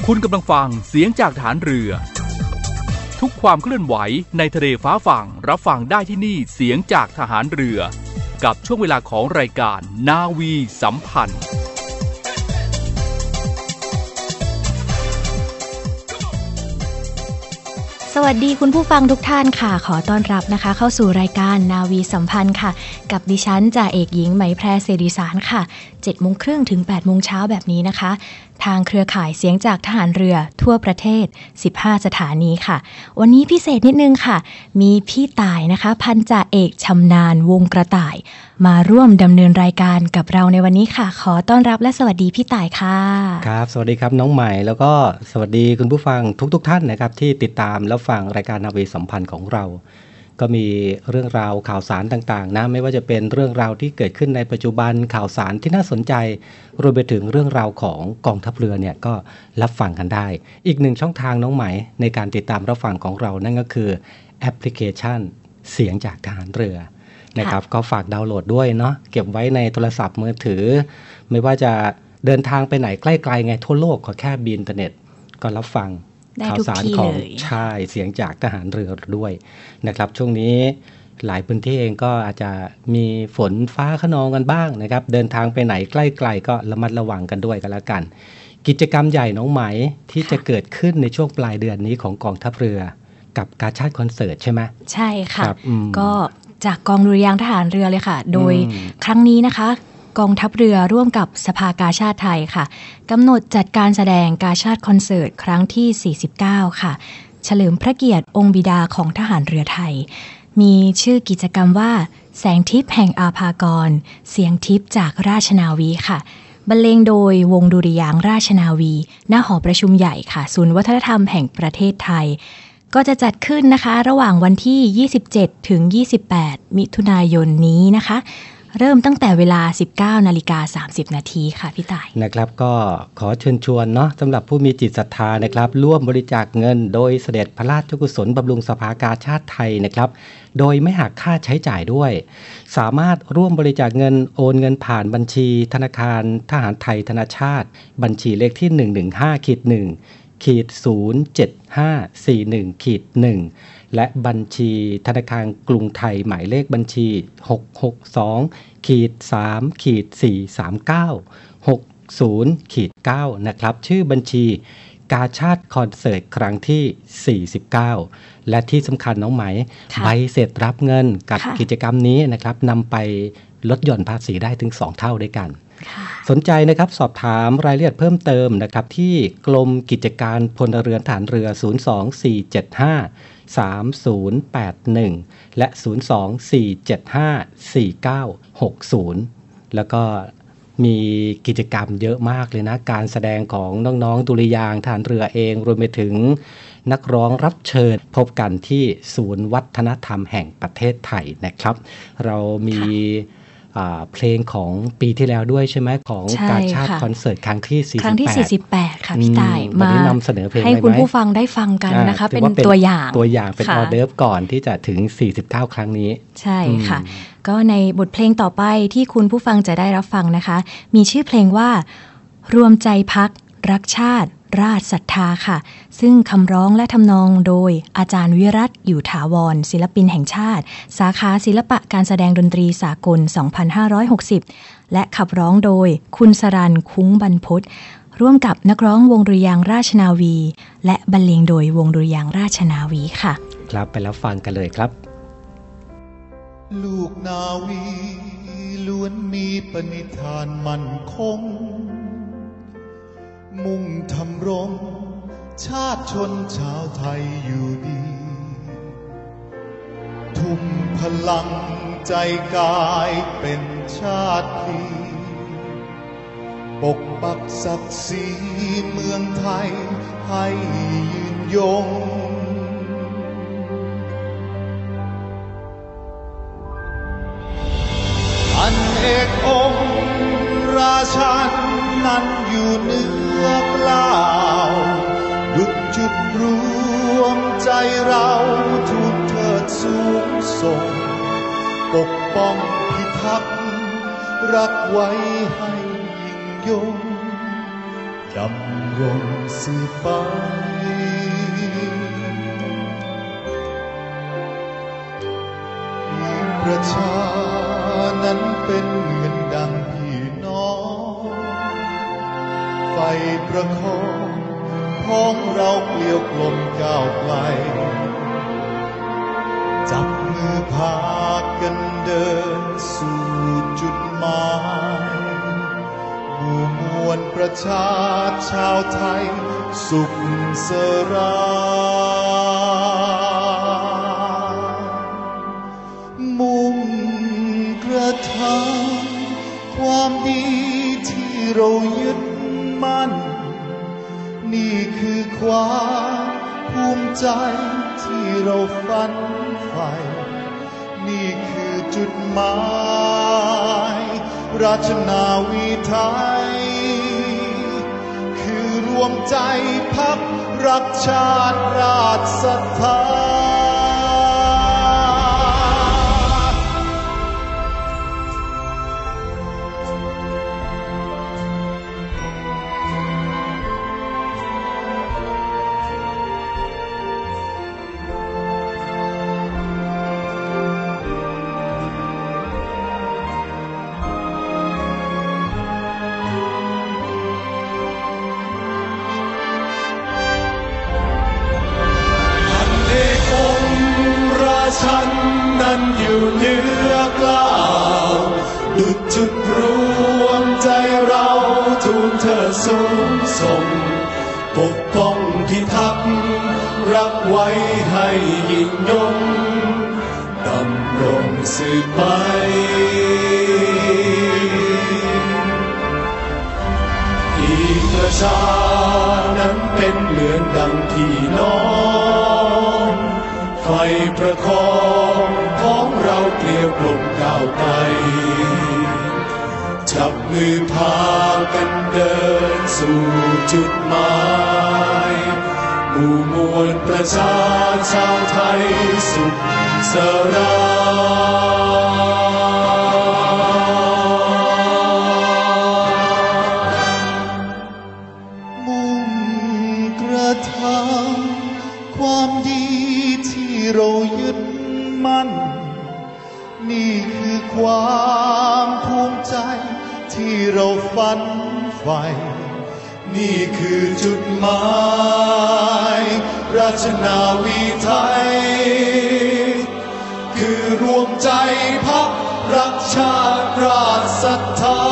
คุณกำลังฟังเสียงจากฐานเรือทุกความเคลื่อนไหวในทะเลฟ้าฝั่งรับฟังได้ที่นี่เสียงจากทหารเรือกับช่วงเวลาของรายการนาวีสัมพันธ์สวัสดีคุณผู้ฟังทุกท่านค่ะขอต้อนรับนะคะเข้าสู่รายการนาวีสัมพันธ์ค่ะกับดิฉันจ่าเอกหญิงไหมแพรเสรีสารค่ะ 7:30 ถึง 8:00 เช้าแบบนี้นะคะทางเครือข่ายเสียงจากทหารเรือทั่วประเทศ15สถานีค่ะวันนี้พิเศษนิดนึงค่ะมีพี่ต่ายนะคะพันจ่าเอกชำนาญวงกระต่ายมาร่วมดำเนินรายการกับเราในวันนี้ค่ะขอต้อนรับและสวัสดีพี่ต่ายค่ะครับสวัสดีครับน้องใหม่แล้วก็สวัสดีคุณผู้ฟังทุกท่านนะครับที่ติดตามแล้วฟังรายการนาวีสัมพันธ์ของเราก็มีเรื่องราวข่าวสารต่างๆนะไม่ว่าจะเป็นเรื่องราวที่เกิดขึ้นในปัจจุบันข่าวสารที่น่าสนใจรวมไปถึงเรื่องราวของกองทัพเรือเนี่ยก็รับฟังกันได้อีกหนึ่งช่องทางน้องใหม่ในการติดตามรับฟังของเรานั่นก็คือแอปพลิเคชันเสียงจากทหารเรือนะครับก็ฝากดาวน์โหลดด้วยเนาะเก็บไว้ในโทรศัพท์มือถือไม่ว่าจะเดินทางไปไหนใกล้ๆไงทั่วโลกขอแค่มีอินเทอร์เน็ตก็รับฟังข่าวสารของชายเสียงจากทหารเรือด้วยนะครับช่วงนี้หลายพื้นที่เองก็อาจจะมีฝนฟ้าคะนองกันบ้างนะครับเดินทางไปไหนใกล้ๆก็ระมัดระวังกันด้วยกันแล้วกันกิจกรรมใหญ่น้องไหมที่จะเกิดขึ้นในช่วงปลายเดือนนี้ของกองทัพเรือกับกาชาดคอนเสิร์ตใช่ไหมใช่ค่ะก็จากกองดุริยางค์ทหารเรือเลยค่ะโดยครั้งนี้นะคะกองทัพเรือร่วมกับสภากาชาดไทยค่ะกำหนดจัดการแสดงกาชาดคอนเสิร์ตครั้งที่49ค่ะเฉลิมพระเกียรติองค์บิดาของทหารเรือไทยมีชื่อกิจกรรมว่าแสงทิพย์แห่งอาภากรเสียงทิพย์จากราชนาวีค่ะบรรเลงโดยวงดุริยางค์ราชนาวีณหอประชุมใหญ่ค่ะศูนย์วัฒนธรรมแห่งประเทศไทยก็จะจัดขึ้นนะคะระหว่างวันที่27ถึง28มิถุนายนนี้นะคะเริ่มตั้งแต่เวลา 19:30 น.ค่ะพี่ต่ายนะครับก็ขอเชิญชวนเนาะสำหรับผู้มีจิตศรัทธานะครับร่วมบริจาคเงินโดยเสด็จพระราชกุศลบำรุงสภากาชาดไทยนะครับโดยไม่หักค่าใช้จ่ายด้วยสามารถร่วมบริจาคเงินโอนเงินผ่านบัญชีธนาคารทหารไทยธนชาติบัญชีเลขที่115-1-07541-1และบัญชีธนาคารกรุงไทยหมายเลขบัญชี662-3-439-60-9นะครับชื่อบัญชีกาชาดคอนเสิร์ตครั้งที่49และที่สำคัญน้องไหมใบเสร็จรับเงินกับกิจกรรมนี้นะครับนำไปลดหย่อนภาษีได้ถึง2เท่าด้วยกันสนใจนะครับสอบถามรายละเอียดเพิ่มเติมนะครับที่กรมกิจการพลเรือนทหารเรือ 024753081 และ 024754960 แล้วก็มีกิจกรรมเยอะมากเลยนะการแสดงของน้องๆดุริยางค์ทหารเรือเองรวมไปถึงนักร้องรับเชิญพบกันที่ศูนย์วัฒนธรรมแห่งประเทศไทยนะครับเรามีเพลงของปีที่แล้วด้วยใช่ไหมของกาชาดคอนเสิร์ตครั้งที่ 48ค่ะพี่ต่ายวันนี้นำเสนอเพลงให้คุณผู้ฟังได้ฟังกันนะคะเป็นตัวอย่างเป็นออเดิร์ฟก่อนที่จะถึง49ครั้งนี้ใช่ค่ะก็ในบทเพลงต่อไปที่คุณผู้ฟังจะได้รับฟังนะคะมีชื่อเพลงว่ารวมใจพักรักชาติราชศรัทธาค่ะซึ่งคำร้องและทำนองโดยอาจารย์วิรัตอยู่ถาวรศิลปินแห่งชาติสาขาศิลปะการแสดงดนตรีสากล 2560 และขับร้องโดยคุณสรัญคุ้งบรรพตร่วมกับนักร้องวงดุริยางค์ราชนาวีและบรรเลงโดยวงดุริยางค์ราชนาวีค่ะครับไปแล้วฟังกันเลยครับลูกนาวีล้วนมีปณิธานมั่นคงมุ่งทำรงชาติชนชาวไทยอยู่ดีทุ่มพลังใจกายเป็นชาติพีปกปักศักดิ์ศรีเมืองไทยให้ยืนยงอันเอกองค์ราชันนั้นอยู่เหนือกล้าวดุจจุดรวมใจเราทูลเทิดสูงส่งปกป้องพิทักษ์รักไว้ให้ยิ่งยงดำำรงสืบไปประชานั้นเป็นเหมือนดังพี่น้องไฟประคองพ้องเราเกลียวกลมก้าวไกลจับมือพากันเดินสู่จุดหมายหมู่มวลประชาชาวไทยสุขสรายมุ่งกระทำความดีที่เรายึดมั่นนี่คือความภูมิใจที่เราฝันใฝ่นี่คือจุดหมายราชนาวีไทยคือรวมใจพรรครักชาติราชศรัทธาฉันนั้นอยู่เหนือกล้าวดุจจุดรวมใจเราทูลเธอสูงส่งปกป้องพิทักษ์รักไว้ให้ยิ่งยงดำรงสืบไปอีกประชานั้นเป็นเหมือนดังพี่น้องไฟประคองของเราเกลียวกลมก้าวไปจับมือพากันเดินสู่จุดหมายหมู่มวลประชาชาวไทยสุขสรายมุ่งกระทำความดีที่เรายึดมั่นนี่คือความภูมิใจที่เราฝันใฝ่นี่คือจุดหมายราชนาวีไทยคือรวมใจพรรครักชาติราชศรัทธา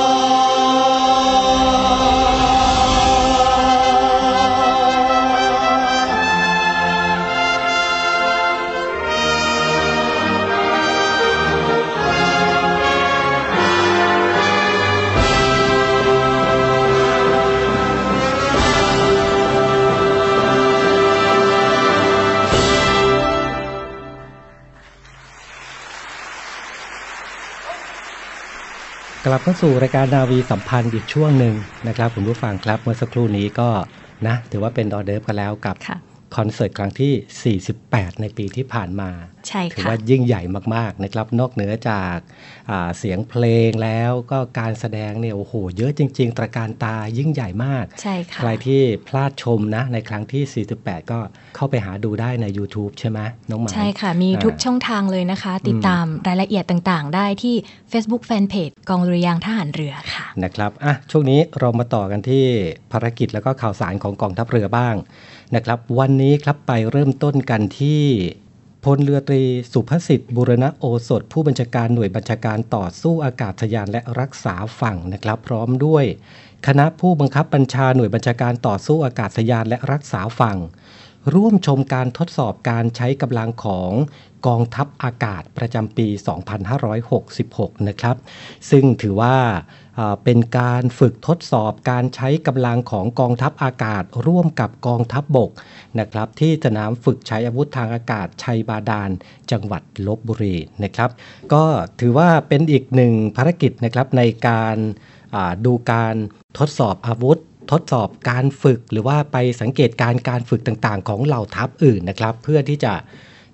กลับเข้าสู่รายการนาวีสัมพันธ์อีกช่วงหนึ่งนะครับคุณผู้ฟังครับเมื่อสักครู่นี้ก็นะถือว่าเป็นออเดิร์ฟกันแล้วกับคอนเสิร์ตครั้งที่48ในปีที่ผ่านมาถือว่ายิ่งใหญ่มากๆนะครับนอกเหนือจากเสียงเพลงแล้วก็การแสดงเนี่ยโอ้โหเยอะจริงๆตระการตายิ่งใหญ่มากใครที่พลาดชมนะในครั้งที่48ก็เข้าไปหาดูได้ใน YouTube ใช่ไหมน้องหมายใช่ค่ะมีทุกช่องทางเลยนะคะติดตามรายละเอียดต่างๆได้ที่ Facebook Fanpage กองดุริยางค์ทหารเรือค่ะนะครับช่วงนี้เรามาต่อกันที่ภารกิจแล้วก็ข่าวสารของกองทัพเรือบ้างนะครับวันนี้ครับไปเริ่มต้นกันที่พลเรือตรีสุภสิทธิ์บุรณโอสถผู้บัญชาการหน่วยบัญชาการต่อสู้อากาศยานและรักษาฝั่งนะครับพร้อมด้วยคณะผู้บังคับบัญชาหน่วยบัญชาการต่อสู้อากาศยานและรักษาฝั่งร่วมชมการทดสอบการใช้กำลังของกองทัพอากาศประจำปี 2566 นะครับซึ่งถือว่าเป็นการฝึกทดสอบการใช้กำลังของกองทัพอากาศร่วมกับกองทัพบกนะครับที่สนามฝึกใช้อาวุธทางอากาศชัยบาดาลจังหวัดลพบุรีนะครับก็ถือว่าเป็นอีกหนึ่งภารกิจนะครับในการดูการทดสอบอาวุธทดสอบการฝึกหรือว่าไปสังเกตการฝึกต่างๆของเหล่าทัพอื่นนะครับเพื่อที่จะ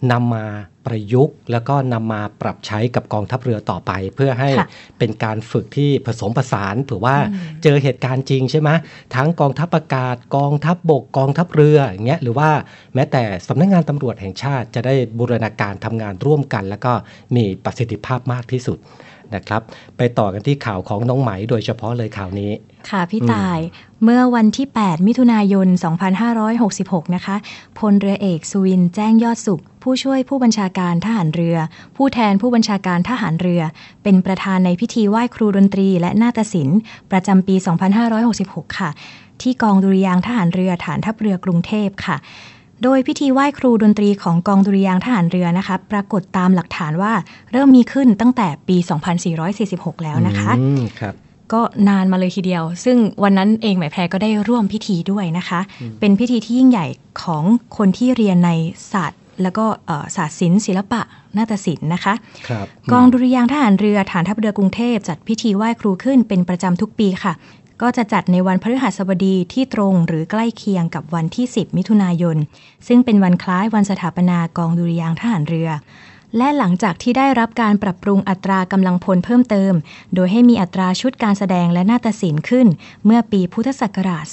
นำมาประยุกต์แล้วก็นำมาปรับใช้กับกองทัพเรือต่อไปเพื่อให้เป็นการฝึกที่ผสมผสานเผื่อว่าเจอเหตุการณ์จริงใช่ไหมทั้งกองทัพอากาศกองทัพบกกองทัพเรืออย่างเงี้ยหรือว่าแม้แต่สำนักงานตำรวจแห่งชาติจะได้บูรณาการทำงานร่วมกันแล้วก็มีประสิทธิภาพมากที่สุดนะครับไปต่อกันที่ข่าวของน้องไหมโดยเฉพาะเลยข่าวนี้ค่ะพี่ตายเมื่อวันที่8มิถุนายน2566นะคะพลเรือเอกสุวินทร์แจ้งยอดสุขผู้ช่วยผู้บัญชาการทหารเรือผู้แทนผู้บัญชาการทหารเรือเป็นประธานในพิธีไหว้ครูดนตรีและนาฏศิลป์ประจำปี2566ค่ะที่กองดุริยางค์ทหารเรือฐานทัพเรือกรุงเทพค่ะโดยพิธีไหว้ครูดนตรีของกองดุริยางค์ทหารเรือนะคะปรากฏตามหลักฐานว่าเริ่มมีขึ้นตั้งแต่ปี2446แล้วนะคะครับก็นานมาเลยทีเดียวซึ่งวันนั้นเองหมายแพรก็ได้ร่วมพิธีด้วยนะคะเป็นพิธีที่ยิ่งใหญ่ของคนที่เรียนในศาสตร์แล้วก็ศาสตร์ศิลป์ศิลปะนาฏศิลป์นะคะกองดุริยางค์ทหารเรือฐานทัพเรือกรุงเทพจัดพิธีไหว้ครูขึ้นเป็นประจำทุกปีค่ะก็จะจัดในวันพฤหัสบดีที่ตรงหรือใกล้เคียงกับวันที่10มิถุนายนซึ่งเป็นวันคล้ายวันสถาปนากองดุริยางค์ทหารเรือและหลังจากที่ได้รับการปรับปรุงอัตรากำลังพลเพิ่มเติมโดยให้มีอัตราชุดการแสดงและนาฏศิลป์ขึ้นเมื่อปีพุทธศักราช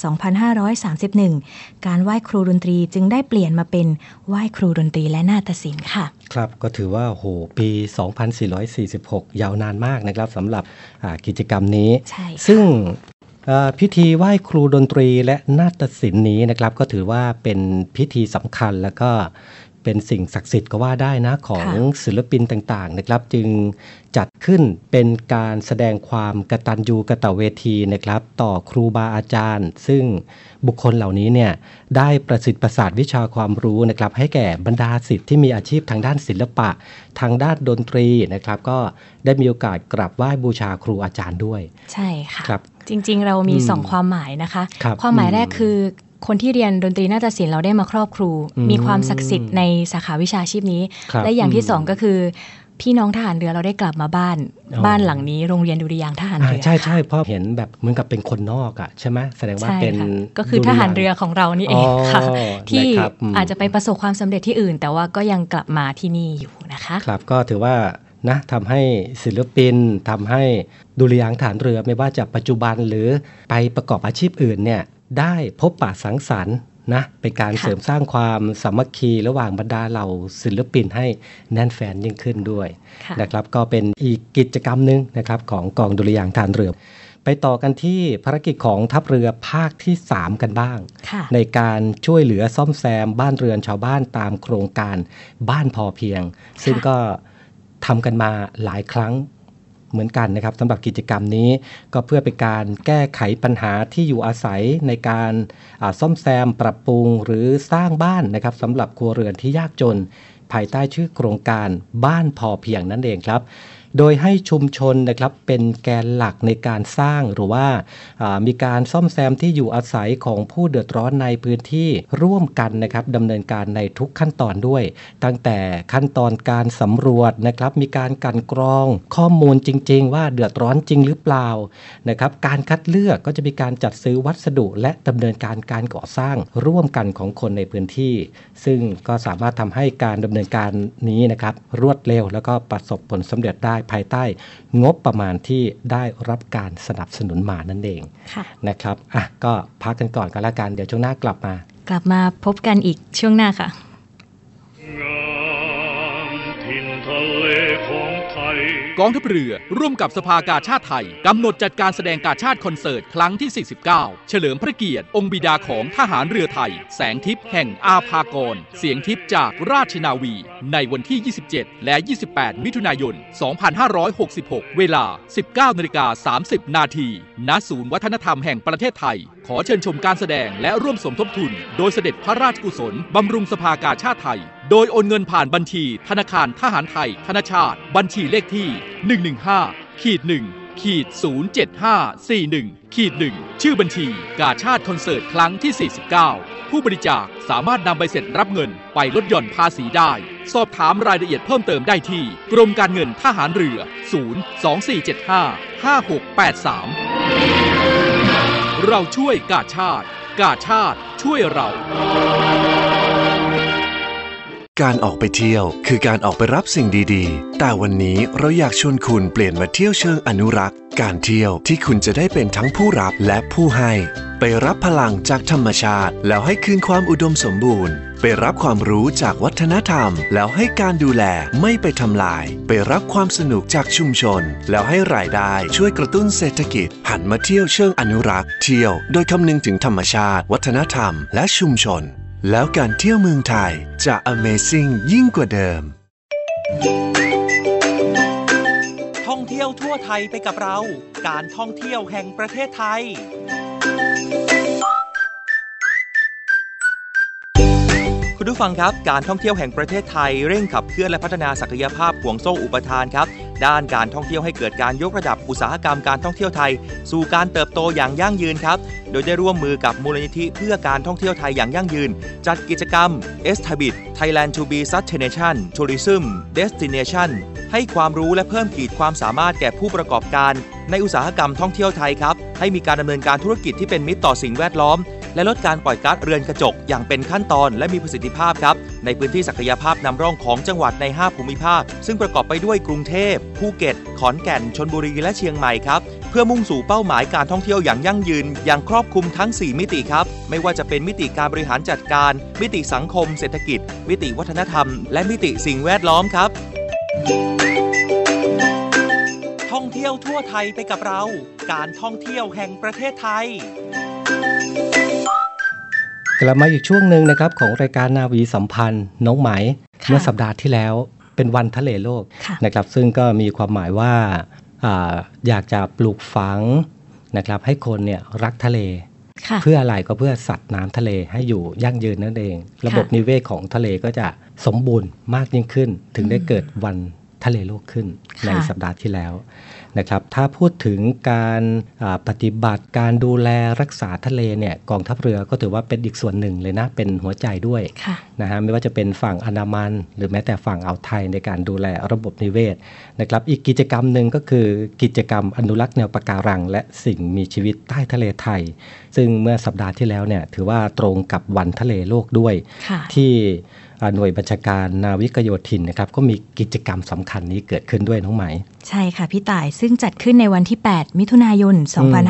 2531การไหว้ครูดนตรีจึงได้เปลี่ยนมาเป็นไหว้ครูดนตรีและนาฏศิลป์ค่ะครับก็ถือว่าโหปี2446ยาวนานมากนะครับสำหรับกิจกรรมนี้ซึ่งพิธีไหว้ครูดนตรีและนาฏศิลป์นี้นะครับก็ถือว่าเป็นพิธีสำคัญแล้วก็เป็นสิ่งศักดิ์สิทธิ์ก็ว่าได้นะของศิลปินต่างๆนะครับจึงจัดขึ้นเป็นการแสดงความกตัญญูกตเวทีนะครับต่อครูบาอาจารย์ซึ่งบุคคลเหล่านี้เนี่ยได้ประสิทธิ์ประสาทวิชาความรู้นะครับให้แก่บรรดาศิษย์ที่มีอาชีพทางด้านศิลปะทางด้านดนตรีนะครับก็ได้มีโอกาสกราบไหว้บูชาครูอาจารย์ด้วยใช่ค่ะครับจริงๆเรามี2ความหมายนะคะความหมายแรกคือคนที่เรียนดนตรีนาฏศิลป์เราได้มาครอบครูมีความศักดิ์สิทธิ์ในสาขาวิชาชีพนี้และอย่างที่2ก็คือพี่น้องทหารเรือเราได้กลับมาบ้านหลังนี้โรงเรียนดุริยางค์ทหารเรือใช่เพราะเห็นแบบเหมือนกับเป็นคนนอกอ่ะใช่ไหมแสดงว่าเป็นก็คือทหารเรือของเรานี่เองค่ะที่อาจจะไปประสบความสำเร็จที่อื่นแต่ว่าก็ยังกลับมาที่นี่อยู่นะคะครับก็ถือว่านะทำให้ศิลปินทำให้ดุริยางค์ทหารเรือไม่ว่าจะปัจจุบันหรือไปประกอบอาชีพอื่นเนี่ยได้พบปะสังสรรค์นะเป็นการเสริมสร้างความสามัคคีระหว่างบรรดาเหล่าศิลปินให้แน่นแฟนยิ่งขึ้นด้วยนะครับก็เป็นอีกกิจกรรมนึงนะครับของกองดุริยางค์ทหารเรือไปต่อกันที่ภารกิจของทัพเรือภาคที่3กันบ้างในการช่วยเหลือซ่อมแซมบ้านเรือนชาวบ้านตามโครงการบ้านพอเพียงซึ่งก็ทำกันมาหลายครั้งเหมือนกันนะครับสำหรับกิจกรรมนี้ก็เพื่อเป็นการแก้ไขปัญหาที่อยู่อาศัยในการซ่อมแซมปรับปรุงหรือสร้างบ้านนะครับสำหรับครัวเรือนที่ยากจนภายใต้ชื่อโครงการบ้านพอเพียงนั่นเองครับโดยให้ชุมชนนะครับเป็นแกนหลักในการสร้างหรือว่ามีการซ่อมแซมที่อยู่อาศัยของผู้เดือดร้อนในพื้นที่ร่วมกันนะครับดำเนินการในทุกขั้นตอนด้วยตั้งแต่ขั้นตอนการสำรวจนะครับมีการกลั่นกรองข้อมูลจริงๆว่าเดือดร้อนจริงหรือเปล่านะครับการคัดเลือกก็จะมีการจัดซื้อวัสดุและดำเนินการก่อสร้างร่วมกันของคนในพื้นที่ซึ่งก็สามารถทำให้การดำเนินการนี้นะครับรวดเร็วแล้วก็ประสบผลสำเร็จได้ภายใต้งบประมาณที่ได้รับการสนับสนุนมานั่นเองนะครับก็พักกันก่อนก็แล้วกันเดี๋ยวช่วงหน้ากลับมาพบกันอีกช่วงหน้าค่ะกองทัพเรือร่วมกับสภากาชาดไทยกำหนดจัดการแสดงกาชาดคอนเสิร์ตครั้งที่49เฉลิมพระเกียรติองค์บิดาของทหารเรือไทยแสงทิพย์แห่งอาภากรเสียงทิพย์จากราชนาวีในวันที่27และ28มิถุนายน2566เวลา 19:30 น.ณศูนย์วัฒนธรรมแห่งประเทศไทยขอเชิญชมการแสดงและร่วมสมทบทุนโดยเสด็จพระราชกุศลบำรุงสภากาชาดไทยโดยโอนเงินผ่านบัญชีธนาคารทหารไทยธนชาติบัญชีเลขที่ 115-1-07541-1ชื่อบัญชีกาชาดคอนเสิร์ตครั้งที่49ผู้บริจาคสามารถนำใบเสร็จรับเงินไปลดหย่อนภาษีได้สอบถามรายละเอียดเพิ่มเติมได้ที่กรมการเงินทหารเรือ024755683เราช่วยกาชาดช่วยเราการออกไปเที่ยวคือการออกไปรับสิ่งดีๆแต่วันนี้เราอยากชวนคุณเปลี่ยนมาเที่ยวเชิงอนุรักษ์การเที่ยวที่คุณจะได้เป็นทั้งผู้รับและผู้ให้ไปรับพลังจากธรรมชาติแล้วให้คืนความอุดมสมบูรณ์ไปรับความรู้จากวัฒนธรรมแล้วให้การดูแลไม่ไปทำลายไปรับความสนุกจากชุมชนแล้วให้รายได้ช่วยกระตุ้นเศรษฐกิจหันมาเที่ยวเชิงอนุรักษ์เที่ยวโดยคำนึงถึงธรรมชาติวัฒนธรรมและชุมชนแล้วการเที่ยวเมืองไทยจะ Amazing ยิ่งกว่าเดิมท่องเที่ยวทั่วไทยไปกับเราการท่องเที่ยวแห่งประเทศไทยคุณผู้ฟังครับการท่องเที่ยวแห่งประเทศไทยเร่งขับเคลื่อนและพัฒนาศักยภาพห่วงโซ่อุปทานครับด้านการท่องเที่ยวให้เกิดการยกระดับอุตสาหกรรมการท่องเที่ยวไทยสู่การเติบโตอย่างยั่งยืนครับโดยได้ร่วมมือกับมูลนิธิเพื่อการท่องเที่ยวไทยอย่างยั่งยืนจัดกิจกรรม Establish Thailand to be Sustainable Tourism Destination ให้ความรู้และเพิ่มขีดความสามารถแก่ผู้ประกอบการในอุตสาหกรรมท่องเที่ยวไทยครับให้มีการดำเนินการธุรกิจที่เป็นมิตรต่อสิ่งแวดล้อมและลดการปล่อยก๊าซเรือนกระจกอย่างเป็นขั้นตอนและมีประสิทธิภาพครับในพื้นที่ศักยภาพนำร่องของจังหวัดใน5ภูมิภาคซึ่งประกอบไปด้วยกรุงเทพภูเก็ตขอนแก่นชลบุรีและเชียงใหม่ครับเพื่อมุ่งสู่เป้าหมายการท่องเที่ยวอย่างยั่งยืนอย่างครอบคลุมทั้ง4มิติครับไม่ว่าจะเป็นมิติการบริหารจัดการมิติสังคมเศรษฐกิจมิติวัฒนธรรมและมิติสิ่งแวดล้อมครับท่องเที่ยวทั่วไทยไปกับเราการท่องเที่ยวแห่งประเทศไทยกลับมาอีกช่วงหนึ่งนะครับของรายการนาวีสัมพันธ์น้องไหมเมื่อสัปดาห์ที่แล้วเป็นวันทะเลโลกนะครับซึ่งก็มีความหมายว่าอยากจะปลูกฝังนะครับให้คนเนี่ยรักทะเลเพื่ออะไรก็เพื่อสัตว์น้ำทะเลให้อยู่ยั่งยืนนั่นเองระบบนิเวศของทะเลก็จะสมบูรณ์มากยิ่งขึ้นถึงได้เกิดวันทะเลโลกขึ้นในสัปดาห์ที่แล้วนะครับถ้าพูดถึงการปฏิบัติการดูแลรักษาทะเลเนี่ยกองทัพเรือก็ถือว่าเป็นอีกส่วนหนึ่งเลยนะเป็นหัวใจด้วยนะฮะไม่ว่าจะเป็นฝั่งอันดามันหรือแม้แต่ฝั่งอ่าวไทยในการดูแลระบบนิเวศนะครับอีกกิจกรรมหนึ่งก็คือกิจกรรมอนุรักษ์แนวปะการังและสิ่งมีชีวิตใต้ทะเลไทยซึ่งเมื่อสัปดาห์ที่แล้วเนี่ยถือว่าตรงกับวันทะเลโลกด้วยที่หน่วยบัญชาการนาวิกโยธินนะครับก็มีกิจกรรมสำคัญนี้เกิดขึ้นด้วยน้องไหมใช่ค่ะพี่ต่ายซึ่งจัดขึ้นในวันที่8มิถุนายน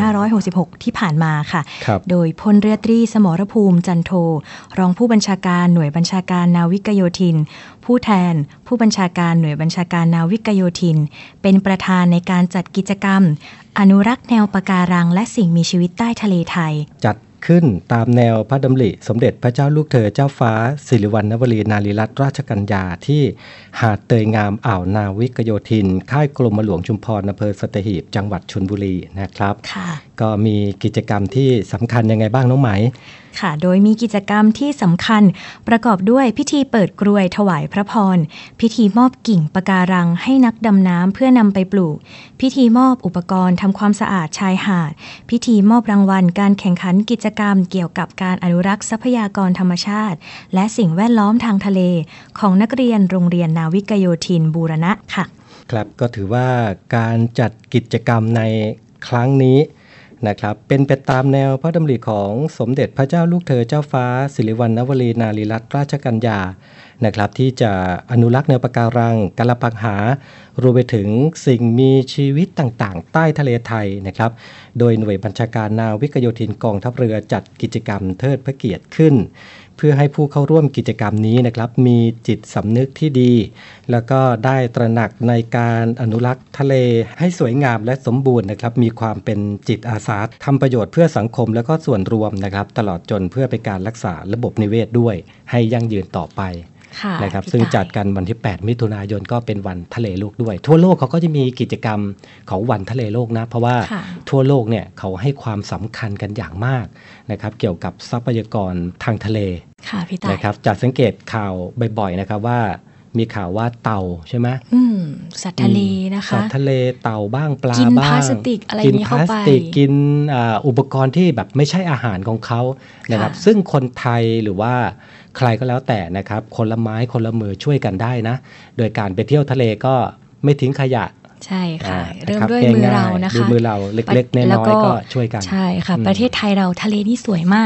2566ที่ผ่านมาค่ะโดยพลเรือตรีสมรภูมิจันโทรองผู้บัญชาการหน่วยบัญชาการนาวิกโยธินผู้แทนผู้บัญชาการหน่วยบัญชาการนาวิกโยธินเป็นประธานในการจัดกิจกรรมอนุรักษ์แนวปะการังและสิ่งมีชีวิตใต้ทะเลไทยจัดขึ้นตามแนวพระดำริสมเด็จพระเจ้าลูกเธอเจ้าฟ้าสิริวัณณวรีนารีรัตนราชกัญญาที่หาดเตยงามอ่าวนาวิกโยธินค่ายกรมหลวงชุมพรอำเภอสัตหีบจังหวัดชลบุรีนะครับก็มีกิจกรรมที่สำคัญยังไงบ้างน้องไหมค่ะโดยมีกิจกรรมที่สำคัญประกอบด้วยพิธีเปิดกรวยถวายพระพรพิธีมอบกิ่งปะการังให้นักดำน้ำเพื่อนำไปปลูกพิธีมอบอุปกรณ์ทำความสะอาดชายหาดพิธีมอบรางวัลการแข่งขันกิจกรรมเกี่ยวกับการอนุรักษ์ทรัพยากรธรรมชาติและสิ่งแวดล้อมทางทะเลของนักเรียนโรงเรียนนาวิกโยธินบูรณะค่ะครับก็ถือว่าการจัดกิจกรรมในครั้งนี้นะครับเป็นไปตามแนวพระดำริของสมเด็จพระเจ้าลูกเธอเจ้าฟ้าสิริวัณณวรีนารีรัตนราชกัญญานะครับที่จะอนุรักษ์แนวปะการังกาลปังหารวมไปถึงสิ่งมีชีวิตต่างๆใต้ทะเลไทยนะครับโดยหน่วยบัญชาการนาวิกโยธินกองทัพเรือจัดกิจกรรมเทิดพระเกียรติขึ้นเพื่อให้ผู้เข้าร่วมกิจกรรมนี้นะครับมีจิตสำนึกที่ดีแล้วก็ได้ตระหนักในการอนุรักษ์ทะเลให้สวยงามและสมบูรณ์นะครับมีความเป็นจิตอาสาทำประโยชน์เพื่อสังคมและก็ส่วนรวมนะครับตลอดจนเพื่อเป็นการรักษาระบบนิเวศด้วยให้ยั่งยืนต่อไปนะครับซึ่งจัดกันวันที่8มิถุนายนก็เป็นวันทะเลโลกด้วยทั่วโลกเขาก็จะมีกิจกรรมของวันทะเลโลกนะเพราะว่าทั่วโลกเนี่ยเขาให้ความสำคัญกันอย่างมากนะครับเกี่ยวกับทรัพยากรทางทะเลนะครับจัดสังเกตข่าวบ่อยๆนะครับว่ามีข่าวว่าเต่าใช่ไหมสัตว์ทะเลนะคะสัตว์ทะเลเต่าบ้างปลาบ้างกินพลาสติกอะไรนี้เข้าไปกินอุปกรณ์ที่แบบไม่ใช่อาหารของเขานะครับซึ่งคนไทยหรือว่าใครก็แล้วแต่นะครับคนละไม้คนละมือช่วยกันได้นะโดยการไปเที่ยวทะเลก็ไม่ทิ้งขยะใช่ค่ะเริ่มด้วยมือเรานะคะมือเราเล็กๆน้อยๆก็ช่วยกันใช่ค่ะประเทศไทยเราทะเลนี่สวยมาก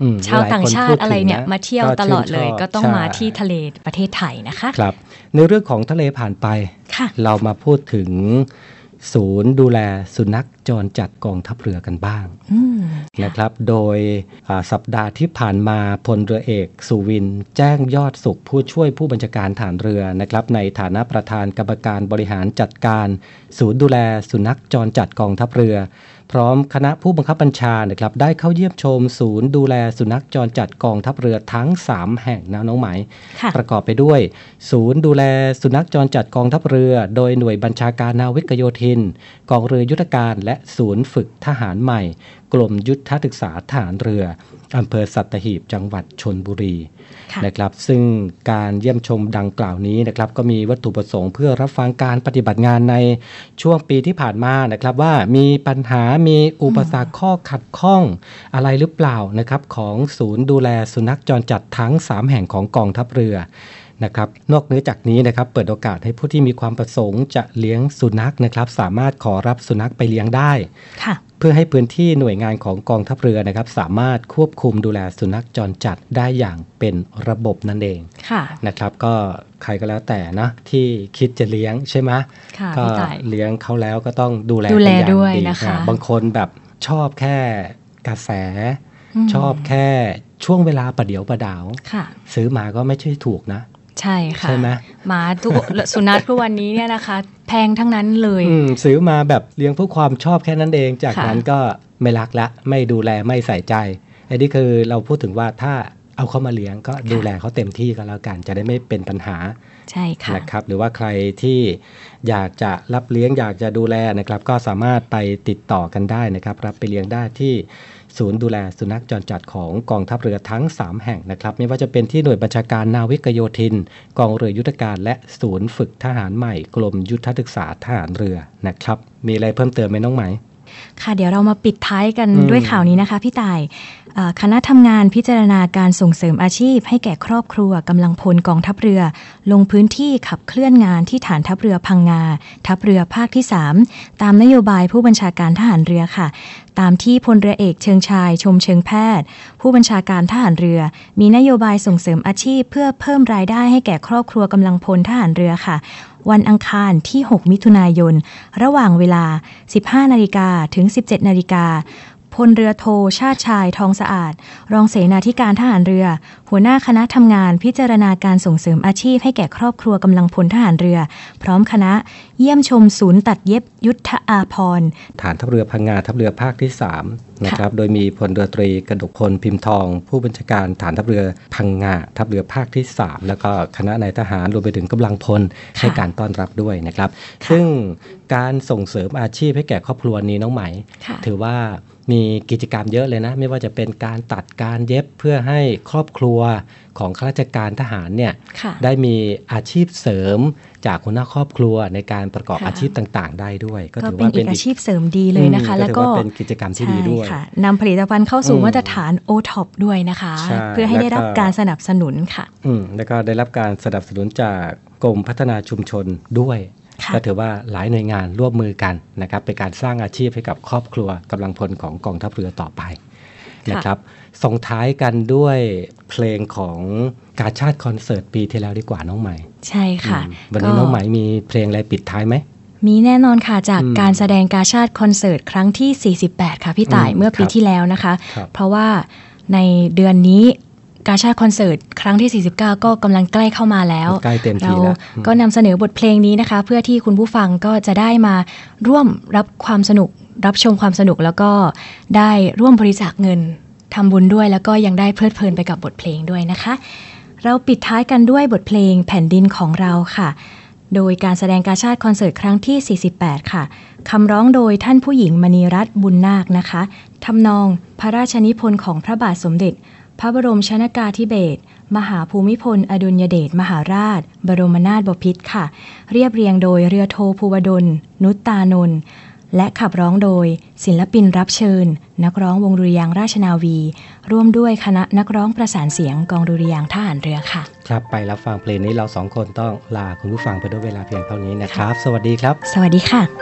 ชาวต่างชาติอะไรเนี่ยมาเที่ยวตลอดเลยก็ต้องมาที่ทะเลประเทศไทยนะคะครับในเรื่องของทะเลผ่านไปเรามาพูดถึงศูนย์ดูแลสุนัขจรจัดกองทัพเรือกันบ้างนะครับโดยสัปดาห์ที่ผ่านมาพลเรือเอกสุวินแจ้งยอดสุขผู้ช่วยผู้บัญชาการฐานเรือนะครับในฐานะประธานกรรมการบริหารจัดการศูนย์ดูแลสุนัขจรจัดกองทัพเรือพร้อมคณะผู้บังคับบัญชานะครับได้เข้าเยี่ยมชมศูนย์ดูแลสุนัขจรจัดกองทัพเรือทั้ง3แห่งนะน้องไหมประกอบไปด้วยศูนย์ดูแลสุนัขจรจัดกองทัพเรือโดยหน่วยบัญชาการนาวิกโยธินกองเรือยุทธการและศูนย์ฝึกทหารใหม่กรมยุทธศึกษาทหารเรืออำเภอสัตหีบจังหวัดชลบุรีนะครับซึ่งการเยี่ยมชมดังกล่าวนี้นะครับก็มีวัตถุประสงค์เพื่อรับฟังการปฏิบัติงานในช่วงปีที่ผ่านมานะครับว่ามีปัญหามีอุปสรรคข้อขัดข้องอะไรหรือเปล่านะครับของศูนย์ดูแลสุนัขจรจัดทั้ง3แห่งของกองทัพเรือนะครับนอกเหนือจากนี้นะครับเปิดโอกาสให้ผู้ที่มีความประสงค์จะเลี้ยงสุนัขนะครับสามารถขอรับสุนัขไปเลี้ยงได้เพื่อให้พื้นที่หน่วยงานของกองทัพเรือนะครับสามารถควบคุมดูแลสุนัขจรจัดได้อย่างเป็นระบบนั่นเองนะครับก็ใครก็แล้วแต่นะที่คิดจะเลี้ยงใช่ไหมก็เลี้ยงเขาแล้วก็ต้องดูแลเป็นอย่างดีนะคะบางคนแบบชอบแค่กาแฟชอบแค่ช่วงเวลาประเดี๋ยวประดาวซื้อมาก็ไม่ใช่ถูกนะใช่ค่ะใช่ไหมหมาทุก สุนัขทุกวันนี้เนี่ยนะคะแพงทั้งนั้นเลยซื้อมาแบบเลี้ยงเพื่อความชอบแค่นั้นเองจากนั้นก็ไม่รักละไม่ดูแลไม่ใส่ใจอันนี้คือเราพูดถึงว่าถ้าเอาเขามาเลี้ยงก็ดูแลเขาเต็มที่ก็แล้วกันจะได้ไม่เป็นปัญหาใช่ค่ะนะครับหรือว่าใครที่อยากจะรับเลี้ยงอยากจะดูแลนะครับก็สามารถไปติดต่อกันได้นะครับรับไปเลี้ยงได้ที่ศูนย์ดูแลสุนัขจรจัดของกองทัพเรือทั้ง3แห่งนะครับไม่ว่าจะเป็นที่หน่วยบัญชาการนาวิกโยธินกองเรือยุทธการและศูนย์ฝึกทหารใหม่กรมยุทธศึกษาทหารเรือนะครับมีอะไรเพิ่มเติมไหมน้องไหมค่ะเดี๋ยวเรามาปิดท้ายกันด้วยข่าวนี้นะคะพี่ต่ายคณะทำงานพิจารณาการส่งเสริมอาชีพให้แก่ครอบครัวกำลังพลกองทัพเรือลงพื้นที่ขับเคลื่อนงานที่ฐานทัพเรือพังงาทัพเรือภาคที่3ตามนโยบายผู้บัญชาการทหารเรือค่ะตามที่พลเรือเอกเชิงชายชมเชิงแพทย์ผู้บัญชาการทหารเรือมีนโยบายส่งเสริมอาชีพเพื่อเพิ่มรายได้ให้แก่ครอบครัวกำลังพลทหารเรือค่ะวันอังคารที่6มิถุนายนระหว่างเวลา 15:00 นถึง 17:00 นพลเรือโทชาติชายทองสะอาดรองเสนาธิการทหารเรือหัวหน้าคณะทำงานพิจารณาการส่งเสริมอาชีพให้แก่ครอบครัวกำลังพลทหารเรือพร้อมคณะเยี่ยมชมศูนย์ตัดเย็บยุทธอาภรณ์ฐานทัพเรือพังงาทัพเรือภาคที่3นะครับโดยมีพลเรือตรีกนกพลพิมพ์ทองผู้บัญชาการฐานทัพเรือพังงาทัพเรือภาคที่3แล้วก็คณะนายทหารรวมไปถึงกำลังพลให้การต้อนรับด้วยนะครับซึ่งการส่งเสริมอาชีพให้แก่ครอบครัวนี้น้องไหมถือว่ามีกิจกรรมเยอะเลยนะไม่ว่าจะเป็นการตัดการเย็บเพื่อให้ครอบครัวของข้าราชการทหารเนี่ยได้มีอาชีพเสริมจากหัวหน้าครอบครัวในการประกอบอาชีพต่างๆได้ด้วยก็ถือว่าเป็นอาชีพเสริมดีเลยนะคะแล้วก็เป็นกิจกรรมที่ดีด้วยนำผลิตภัณฑ์เข้าสู่มาตรฐาน OTOP ด้วยนะคะเพื่อให้ได้รับการสนับสนุนค่ะแล้วก็ได้รับการสนับสนุนจากกรมพัฒนาชุมชนด้วยก็ถือว่าหลายหน่วยงานร่วมมือกันนะครับเป็นการสร้างอาชีพให้กับครอบครัวกำลังพลของกองทัพเรือต่อไปนะครับส่งท้ายกันด้วยเพลงของกาชาดคอนเสิร์ตปีที่แล้วดีกว่าน้องใหม่ใช่ค่ะวันนี้น้องใหม่มีเพลงอะไรปิดท้ายไหมมีแน่นอนค่ะจากการแสดงกาชาดคอนเสิร์ตครั้งที่48ค่ะพี่ต่ายเมื่อปีที่แล้วนะคะเพราะว่าในเดือนนี้กาชาดคอนเสิร์ตครั้งที่49ก็กำลังใกล้เข้ามาแล้วเราก็นำเสนอบทเพลงนี้นะคะเพื่อที่คุณผู้ฟังก็จะได้มาร่วมรับความสนุกรับชมความสนุกแล้วก็ได้ร่วมบริจาคเงินทำบุญด้วยแล้วก็ยังได้เพลิดเพลินไปกับบทเพลงด้วยนะคะเราปิดท้ายกันด้วยบทเพลงแผ่นดินของเราค่ะโดยการแสดงกาชาดคอนเสิร์ตครั้งที่48ค่ะคำร้องโดยท่านผู้หญิงมณีรัตน์บุญนาคนะคะทำนองพระราชนิพนธ์ของพระบาทสมเด็จพระบรมชนกาธิเบศรมหาภูมิพลอดุลยเดชมหาราชบรมนาถบพิตรค่ะเรียบเรียงโดยเรือโทภูวดลนุตตานนท์และขับร้องโดยศิลปินรับเชิญนักร้องวงดุริยางค์ราชนาวีร่วมด้วยคณะนักร้องประสานเสียงกองดุริยางค์ทหารเรือค่ะครับไปรับฟังเพลงนี้เราสองคนต้องลาคุณผู้ฟังไปด้วยเวลาเพียงเท่านี้นะครับสวัสดีครับสวัสดีค่ะ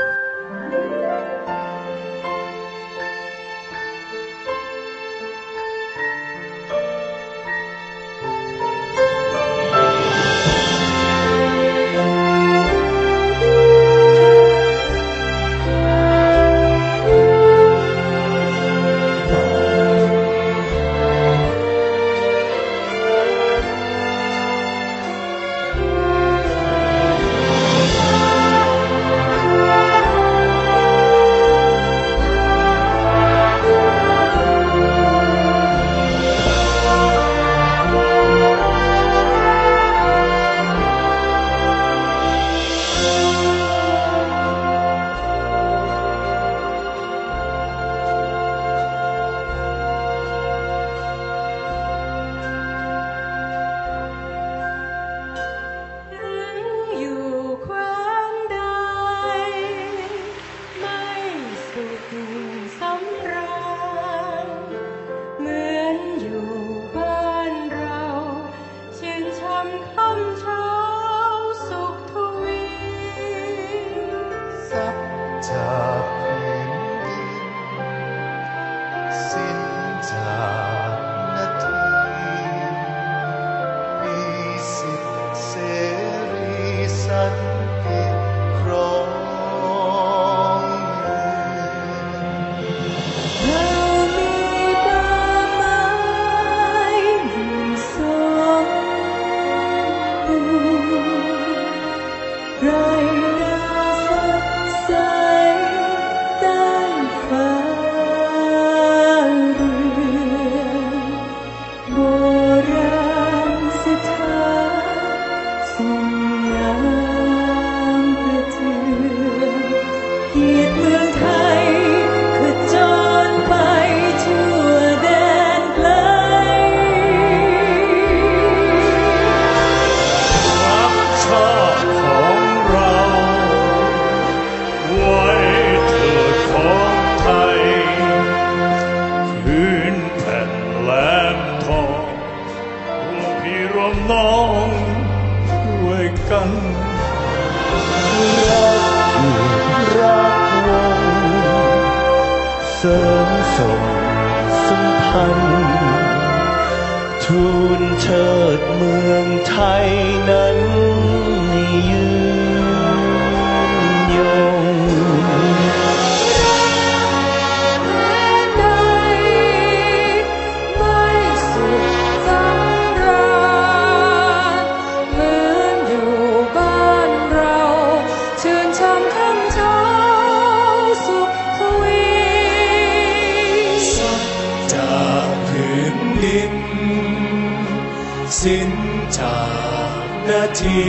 น้องด้วยกันรักวงเสริมส่งสัมพันธ์ทูลเชิดเมืองไทยนั้นยืนยงสิ้นจากนาที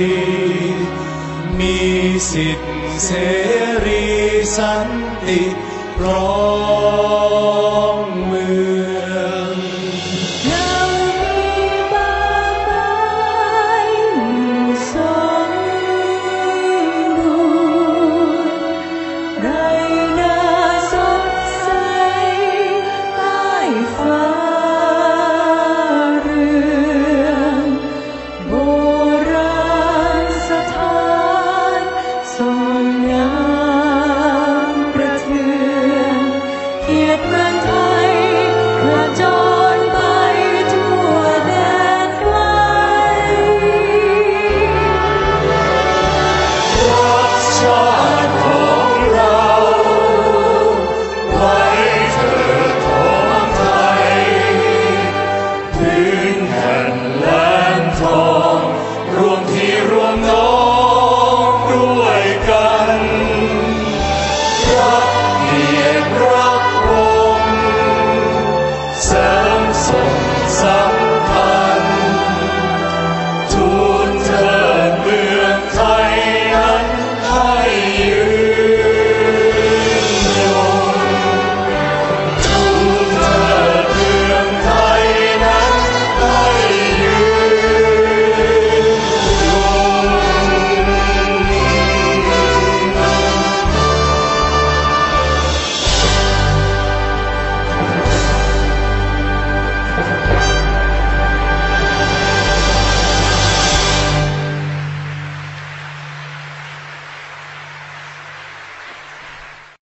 มีสิทธิเสรีสันติครองเมืองยังมีบ้านไม้สมบูรณ์ไรนาสดใสใต้ฟ้าค